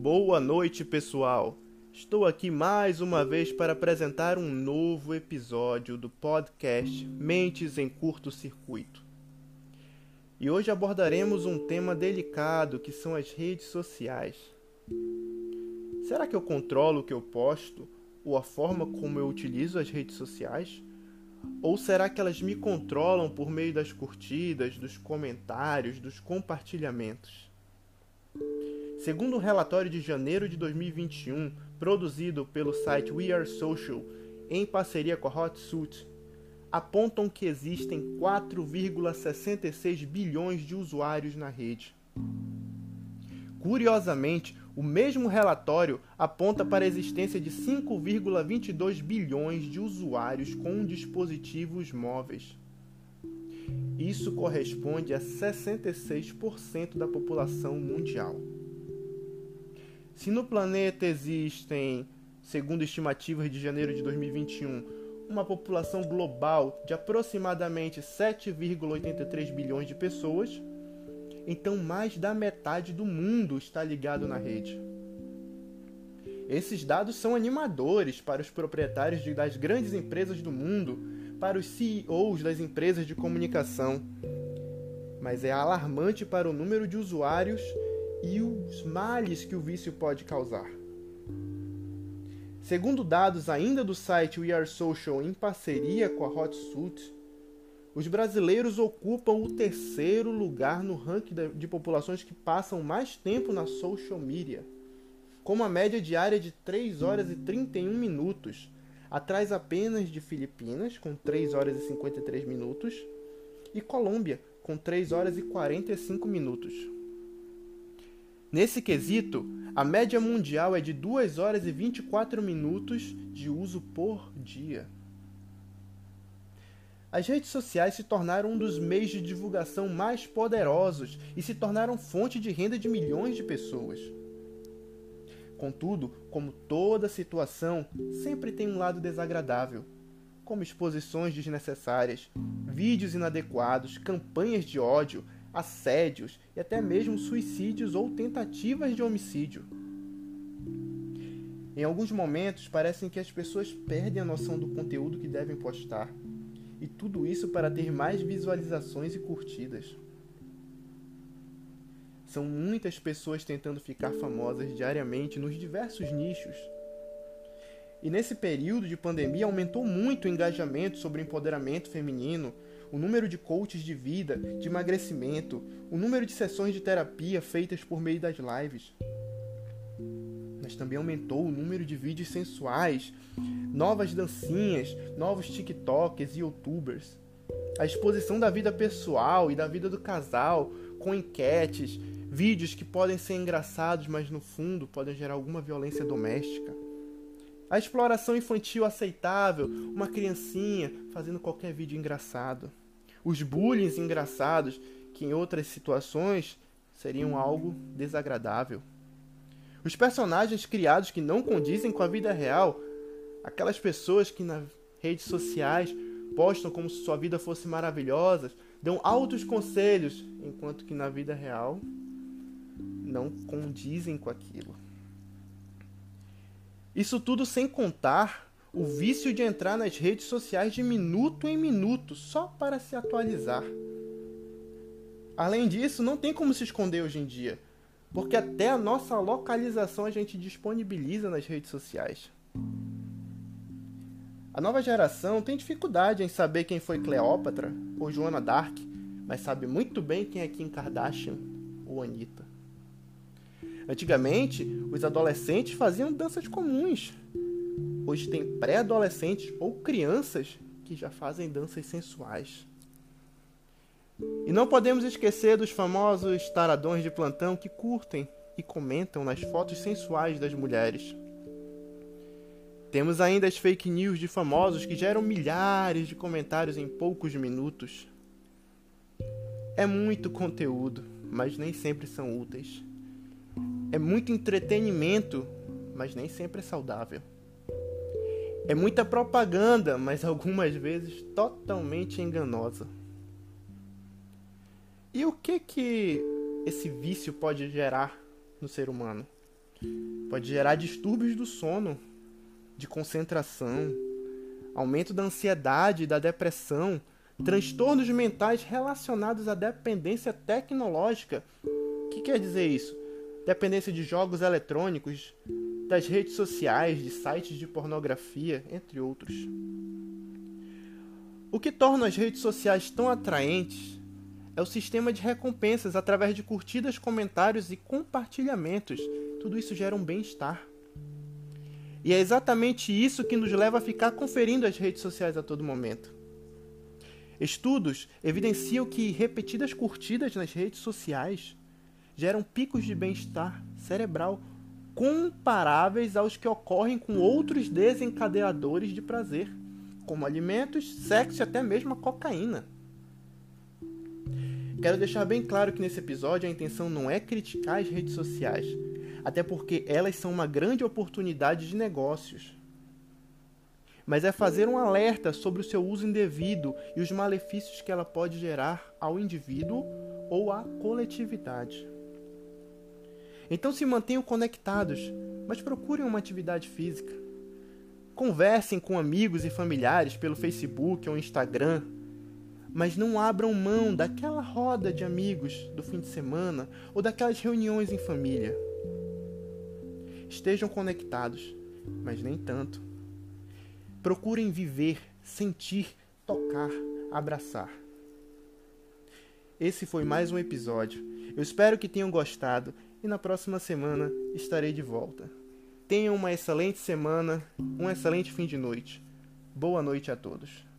Boa noite, pessoal! Estou aqui mais uma vez para apresentar um novo episódio do podcast Mentes em Curto Circuito. E hoje abordaremos um tema delicado que são as redes sociais. Será que eu controlo o que eu posto ou a forma como eu utilizo as redes sociais? Ou será que elas me controlam por meio das curtidas, dos comentários, dos compartilhamentos? Segundo um relatório de janeiro de 2021, produzido pelo site We Are Social, em parceria com a Hootsuite, apontam que existem 4,66 bilhões de usuários na rede. Curiosamente, o mesmo relatório aponta para a existência de 5,22 bilhões de usuários com dispositivos móveis. Isso corresponde a 66% da população mundial. Se no planeta existem, segundo estimativas de janeiro de 2021, uma população global de aproximadamente 7,83 bilhões de pessoas, então mais da metade do mundo está ligado na rede. Esses dados são animadores para os proprietários das grandes empresas do mundo, para os CEOs das empresas de comunicação, mas é alarmante para o número de usuários e os males que o vício pode causar. Segundo dados ainda do site We Are Social em parceria com a Hootsuite, os brasileiros ocupam o terceiro lugar no ranking de populações que passam mais tempo na social media, com uma média diária de 3 horas e 31 minutos, atrás apenas de Filipinas, com 3 horas e 53 minutos, e Colômbia, com 3 horas e 45 minutos. Nesse quesito, a média mundial é de 2 horas e 24 minutos de uso por dia. As redes sociais se tornaram um dos meios de divulgação mais poderosos e se tornaram fonte de renda de milhões de pessoas. Contudo, como toda situação, sempre tem um lado desagradável, como exposições desnecessárias, vídeos inadequados, campanhas de ódio, assédios e até mesmo suicídios ou tentativas de homicídio. Em alguns momentos, parecem que as pessoas perdem a noção do conteúdo que devem postar, e tudo isso para ter mais visualizações e curtidas. São muitas pessoas tentando ficar famosas diariamente nos diversos nichos. E nesse período de pandemia aumentou muito o engajamento sobre o empoderamento feminino, o número de coaches de vida, de emagrecimento, o número de sessões de terapia feitas por meio das lives. Mas também aumentou o número de vídeos sensuais, novas dancinhas, novos TikTokers e YouTubers. A exposição da vida pessoal e da vida do casal, com enquetes, vídeos que podem ser engraçados, mas no fundo podem gerar alguma violência doméstica. A exploração infantil aceitável, uma criancinha fazendo qualquer vídeo engraçado. Os bullying engraçados, que em outras situações seriam algo desagradável. Os personagens criados que não condizem com a vida real, aquelas pessoas que nas redes sociais postam como se sua vida fosse maravilhosa, dão altos conselhos, enquanto que na vida real não condizem com aquilo. Isso tudo sem contar o vício de entrar nas redes sociais de minuto em minuto, só para se atualizar. Além disso, não tem como se esconder hoje em dia, porque até a nossa localização a gente disponibiliza nas redes sociais. A nova geração tem dificuldade em saber quem foi Cleópatra ou Joana d'Arc, mas sabe muito bem quem é Kim Kardashian ou Anitta. Antigamente, os adolescentes faziam danças comuns. Hoje tem pré-adolescentes ou crianças que já fazem danças sensuais. E não podemos esquecer dos famosos taradões de plantão que curtem e comentam nas fotos sensuais das mulheres. Temos ainda as fake news de famosos que geram milhares de comentários em poucos minutos. É muito conteúdo, mas nem sempre são úteis. É muito entretenimento, mas nem sempre é saudável. É muita propaganda, mas algumas vezes totalmente enganosa. E o que esse vício pode gerar no ser humano? Pode gerar distúrbios do sono, de concentração, aumento da ansiedade e da depressão, transtornos mentais relacionados à dependência tecnológica. O que quer dizer isso? Dependência de jogos eletrônicos, das redes sociais, de sites de pornografia, entre outros. O que torna as redes sociais tão atraentes é o sistema de recompensas através de curtidas, comentários e compartilhamentos. Tudo isso gera um bem-estar. E é exatamente isso que nos leva a ficar conferindo as redes sociais a todo momento. Estudos evidenciam que repetidas curtidas nas redes sociais geram picos de bem-estar cerebral comparáveis aos que ocorrem com outros desencadeadores de prazer, como alimentos, sexo e até mesmo a cocaína. Quero deixar bem claro que nesse episódio a intenção não é criticar as redes sociais, até porque elas são uma grande oportunidade de negócios. Mas é fazer um alerta sobre o seu uso indevido e os malefícios que ela pode gerar ao indivíduo ou à coletividade. Então se mantenham conectados, mas procurem uma atividade física. Conversem com amigos e familiares pelo Facebook ou Instagram, mas não abram mão daquela roda de amigos do fim de semana ou daquelas reuniões em família. Estejam conectados, mas nem tanto. Procurem viver, sentir, tocar, abraçar. Esse foi mais um episódio. Eu espero que tenham gostado e na próxima semana estarei de volta. Tenham uma excelente semana, um excelente fim de noite. Boa noite a todos.